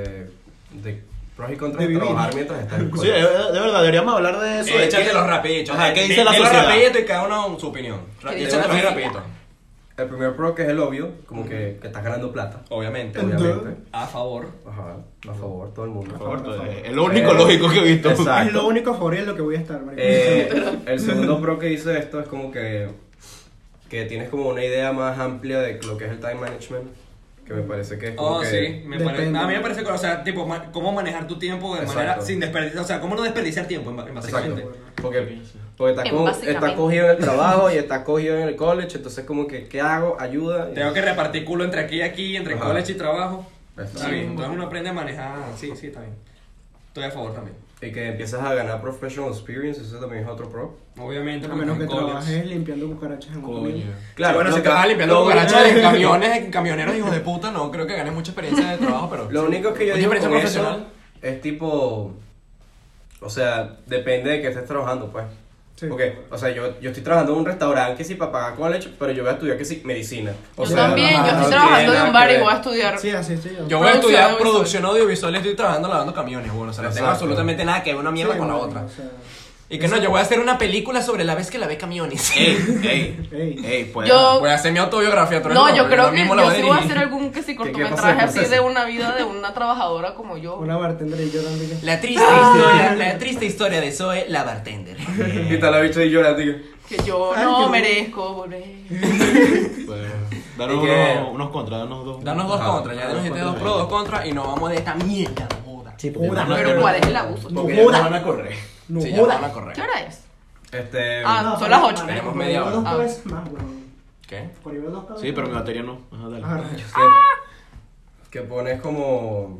De pros y contras De de, vivir. trabajar mientras estás en Sí, de, de verdad, deberíamos hablar de eso. de Échatelo qué- rapidito. Ajá, ¿qué Di- dice la dilo sociedad? rapidito y cada uno su opinión. Ra- ¿Qué dice Échatelo la ahí sociedad? rapidito. El primer pro que es el obvio, como que, que estás ganando plata. Obviamente. Obviamente. A favor. Ajá, a favor, todo el mundo. Por favor, Por favor. es lo único Eh, lógico que he visto. exacto. Es lo único a favor y en lo que voy a estar, marico. Eh, el segundo pro que dice esto es como que, que tienes como una idea más amplia de lo que es el time management, que me parece que es como Oh, que... sí. Me Depende. parece, a mí me parece que, o sea, tipo, ma- cómo manejar tu tiempo de Exacto. manera sin desperdiciar. O sea, cómo no desperdiciar tiempo, en ba- en Exacto, básicamente. porque, porque estás, En como- básicamente. estás cogido en el trabajo y estás cogido en el college, entonces como que, ¿qué hago? Ayuda. Tengo que repartir culo entre aquí y aquí, entre Ajá. college y trabajo. Exacto. Está bien. Entonces uno aprende a manejar. Sí, sí, está bien. Estoy a favor también. Y que empiezas a ganar professional experience, eso también es otro pro. Obviamente, A porque menos que estás en college. trabajes limpiando cucarachas en un Coño. camión. Claro, bueno, lo si que- trabajas limpiando lo- cucarachas en camiones, en camioneros hijos de puta, no creo que ganes mucha experiencia de trabajo, pero... Lo único que yo Mucha digo experiencia con profesional. eso es tipo, o sea, depende de que estés trabajando, pues. Sí. Porque, o sea, yo, yo estoy trabajando en un restaurante que sí para pagar college, pero yo voy a estudiar que sí medicina. O Yo sea, también, yo no estoy tiene trabajando de nada un bar que y ver. voy a estudiar. Sí, así estoy yo. Yo voy a Producción estudiar audiovisual. producción audiovisual y estoy trabajando lavando camiones, bueno, o sea, no tengo Exacto. absolutamente nada que ver una mierda Sí, con la marico, otra. o sea, Y que no, yo voy a hacer una película sobre la vez que lavé camiones. Ey, ey, ey. ey, pues. Yo- Voy a hacer mi autobiografía, pero No, yo creo que mismo la yo voy a sí voy a dirigir. hacer algún que sí ¿Qué- qué cortometraje pasa en el así de proceso? una vida de una trabajadora como yo. Una bartender y yo también. La triste historia, la triste historia de Zoe, la bartender. Y te lo he visto y llorando, digo. Que yo Ay, no yo- merezco volver. Pues, danos ¿Y qué? unos, unos contras, danos dos. Danos dos Ajá. contras, ya dijiste dos pros, dos contras y nos vamos de esta mierda, no joda. Sí, Joda. Pero ¿cuál es el abuso? No Porque ya joda. nos van a correr. No Sí, ya nos joda. van a correr. ¿Qué hora es? Este. Ah, No, son por las ahí- ocho. por Tenemos ahí media veo hora. dos Ah. cabezas más, weón. ¿Qué? Por ahí veo dos cabezas Sí, pero mi más. batería no. Ajá, dale. Ah, rayos. que, que pones como.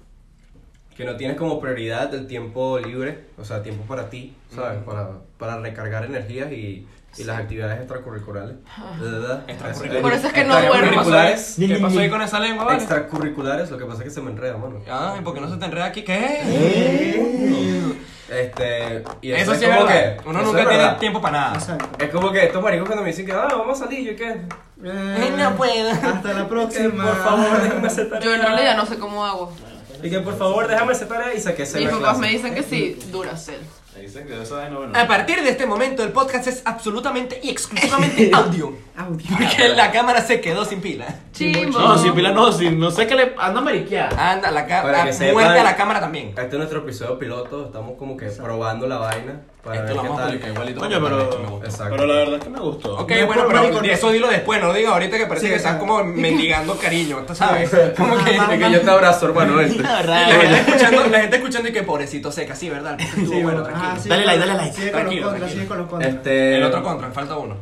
Que no tienes como prioridad del tiempo libre, o sea, tiempo para ti, ¿sabes? Para, para recargar energías y, y las actividades extracurriculares. ¿Verdad? Extracurriculares. Por eso es que no duermo. Extracurriculares. ¿Qué pasó ahí con esa lengua, vale? Extracurriculares, lo que pasa es que se me enreda, mano. Ah, ¿y por qué no se te enreda aquí? ¿Qué? Este, Este, y Eso es sí es como verdad. que, Uno eso nunca es tiene verdad. tiempo para nada. Exacto. Es como que estos maricos cuando me dicen que, ah, vamos a salir, yo qué. Eh, no puedo. Hasta la próxima. Por favor, déjame hacer tarea. Yo en realidad no sé cómo hago. Y que por favor, déjame hacer tarea y saqué ese Mis papás me dicen que sí, Duracell. Me dicen que eso es no, A partir de este momento el podcast es absolutamente y exclusivamente audio. Audio. Porque la cámara se quedó sin pila. Chimbo. No, sin pila no, sin, no sé qué le anda mariqueada. Anda, la Para cámara. que sepan- Muerte a la cámara también. Este es nuestro episodio piloto, estamos como que probando la vaina. Para Esto ver lo qué vamos a tal. publicar igualito. Coño, porque pero, también me gusta. Exacto. pero la verdad es que me gustó. Ok, No, bueno, pero pero marico, eso dilo después, no lo digas ahorita que parece Sí, que estás exacto. como mendigando cariño, ¿tú sabes? Como que Ajá, Es que yo te abrazo, hermano. ¿viste? y la gente escuchando, la gente escuchando y que pobrecito seca, sí, ¿verdad? El podcast estuvo Sí, bueno, bueno, tranquilo. ah, sí, Dale like, con- dale like. Sigue con los Tranquilo, contras, tranquilo. sigue con los contras. Este, El otro contra, falta uno.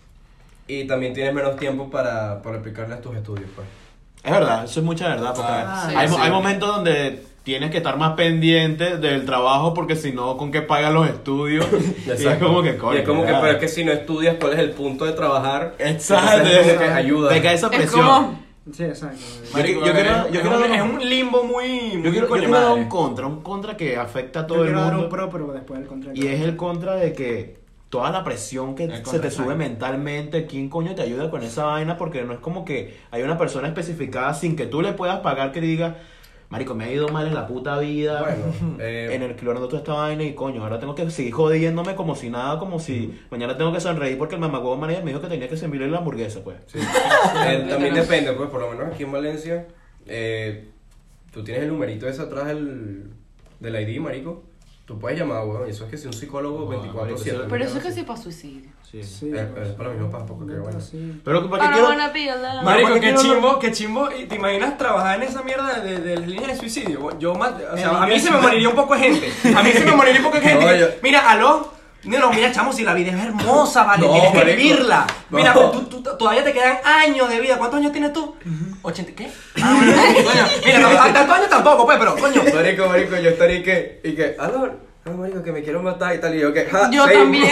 Y también tienes menos tiempo para, para explicarle a tus estudios, pues. Es verdad, eso es mucha verdad, porque Ah, sí, hay, mo- sí. hay momentos donde tienes que estar más pendiente del trabajo porque si no, ¿con qué pagan los estudios? Y es como que, coño. Y es como que, ya. pero es que si no estudias, ¿cuál es el punto de trabajar? Exacto. Entonces, es como que ayuda. Te cae esa Es presión. como. Sí, exacto. Yo Marico, qui- yo quiero- es- yo es quiero un- dar es un- un limbo muy, muy Yo quiero, yo coño quiero dar madre. un contra, un contra que afecta a todo Yo el quiero dar mundo. un pro, pero después del contra. Y es el contra de que toda la presión que El se contra, te sube exacto. mentalmente, ¿quién coño te ayuda con esa vaina? Porque no es como que hay una persona especificada sin que tú le puedas pagar que diga, marico, me ha ido mal en la puta vida, Bueno, eh, en el clorando toda esta vaina y coño, ahora tengo que seguir jodiéndome como si nada, como si mañana tengo que sonreír porque el mamagüevo manager me dijo que tenía que servirle la hamburguesa, pues. sí. Eh, también depende, pues, por lo menos aquí en Valencia, eh, tú tienes el numerito ese atrás del, del I D, marico. Tú puedes llamar, weón, y eso es que si un psicólogo veinticuatro siete. Pero eso es que sí para suicidio. Sí. Sí. Es, es para lo mismo pasa, porque bueno. Sí. Pero porque Para quiero... una pila. Marico, ¿por qué qué no lo- chimbo, qué chimbo. ¿Y te imaginas trabajar en esa mierda de, de, de línea de suicidio? Yo más, o sea, En a mí inglés. se me moriría un poco de gente. A mí se me moriría un poco de gente. No, yo- Mira, aló. No, no, mira, chamo, si la vida es hermosa, vale, No, tienes que marico. vivirla. No. Mira, tú, tú- todavía te quedan años de vida. ¿Cuántos años tienes tú? ¿ochenta? ¿Qué? Ah, coño, mira, no, tantos años tampoco, pues, pero, coño. Marico, marico, yo estaría y que, y que, aló, no, marico, que me quiero matar y tal, y yo que, ja, Yo sí. también.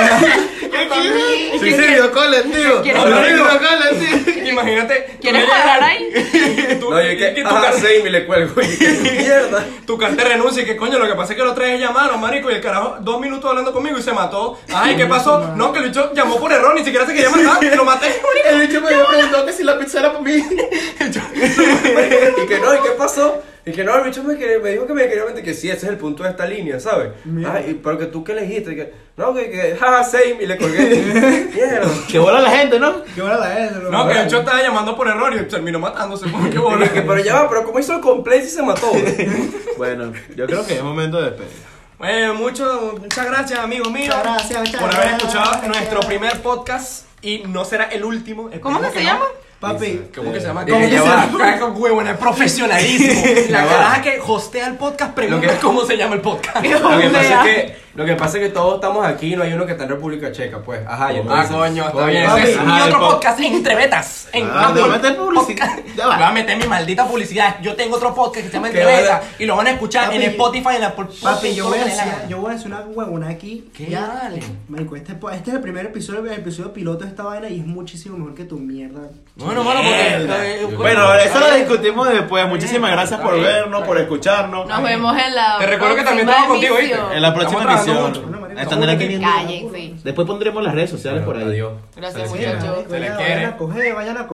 Suicidio colectivo. ¿Quieres No, morir? marico, colectivo. Imagínate. ¿Quieres tú llegas- parar ahí? tú- No, yo que, que tu ajá, car- sí, y le cuelgo, y que, mierda. Tu carta de renuncia y que coño, lo que pasa es que los tres llamaron, marico, y el carajo dos minutos hablando conmigo y se mató. Ay, ¿qué pasó? No, que el bicho llamó por error, ni siquiera se quería matar, y lo maté. El bicho me había preguntado que si la pizza era para mí. Y que no, ¿y qué pasó? Y que no, el bicho me, quería- me dijo que me quería meter, que sí, ese es el punto de esta línea, ¿sabes? Mierda. Ah, y, pero que tú qué elegiste, y que, no, que, que, jaja, same, y le colgué. Mierda. Que bola la gente, ¿no? Qué buena la es, bro. No, que el bicho estaba llamando por error y terminó matándose. ¿Por qué bola? Y que, pero ya va, pero ¿cómo hizo el complaint si se mató? Bueno, yo creo que es momento de despedir. Bueno, mucho, muchas gracias, amigos míos. Muchas gracias, muchas por haber gracias. escuchado nuestro primer podcast y no será el último. ¿Cómo que Esperemos se no. llama? Papi. ¿Cómo que se llama? Dije, ¿Cómo que ya se va. llama? Con huevona, es profesionalismo. La Ya va. caraja que hostea el podcast pregunta Lo que- cómo se llama el podcast. Lo que pasa es que, lo que pasa es que todos estamos aquí, no hay uno que está en República Checa, pues. Ajá, y Ah, entonces, coño, está coño, bien. papi. Ese es mi Ajá, otro el po- podcast entre betas. En Ah, te voy a Apple meter publicidad. Podcast. Ya va. Voy a meter mi maldita publicidad. Yo tengo otro podcast que se llama ¿Qué Entre va a- Betas y lo van a escuchar Papi, en Spotify, en Apple Papi, yo voy a decir decir, yo voy a decir una huevona aquí. ¿Qué? Ya, Dale. marico, este, po- este es el primer episodio, el episodio piloto de esta vaina y es muchísimo mejor que tu mierda. Bueno, bueno, porque. Mierda. eh, Bueno, eso lo eh, discutimos después. Muchísimas gracias por Está bien, vernos, está por bien. escucharnos. Nos vemos en la. Te recuerdo que también próxima trabajo contigo, ¿viste? emisión. En la próxima Estamos trabajando emisión. mucho. Bueno, marico, Están aquí estamos viendo. Cállense. Después pondremos las redes sociales por ahí. Adiós. Gracias, Se les Mira, muchachos. marico, Se le ya, quiere. vayan a coger, vayan a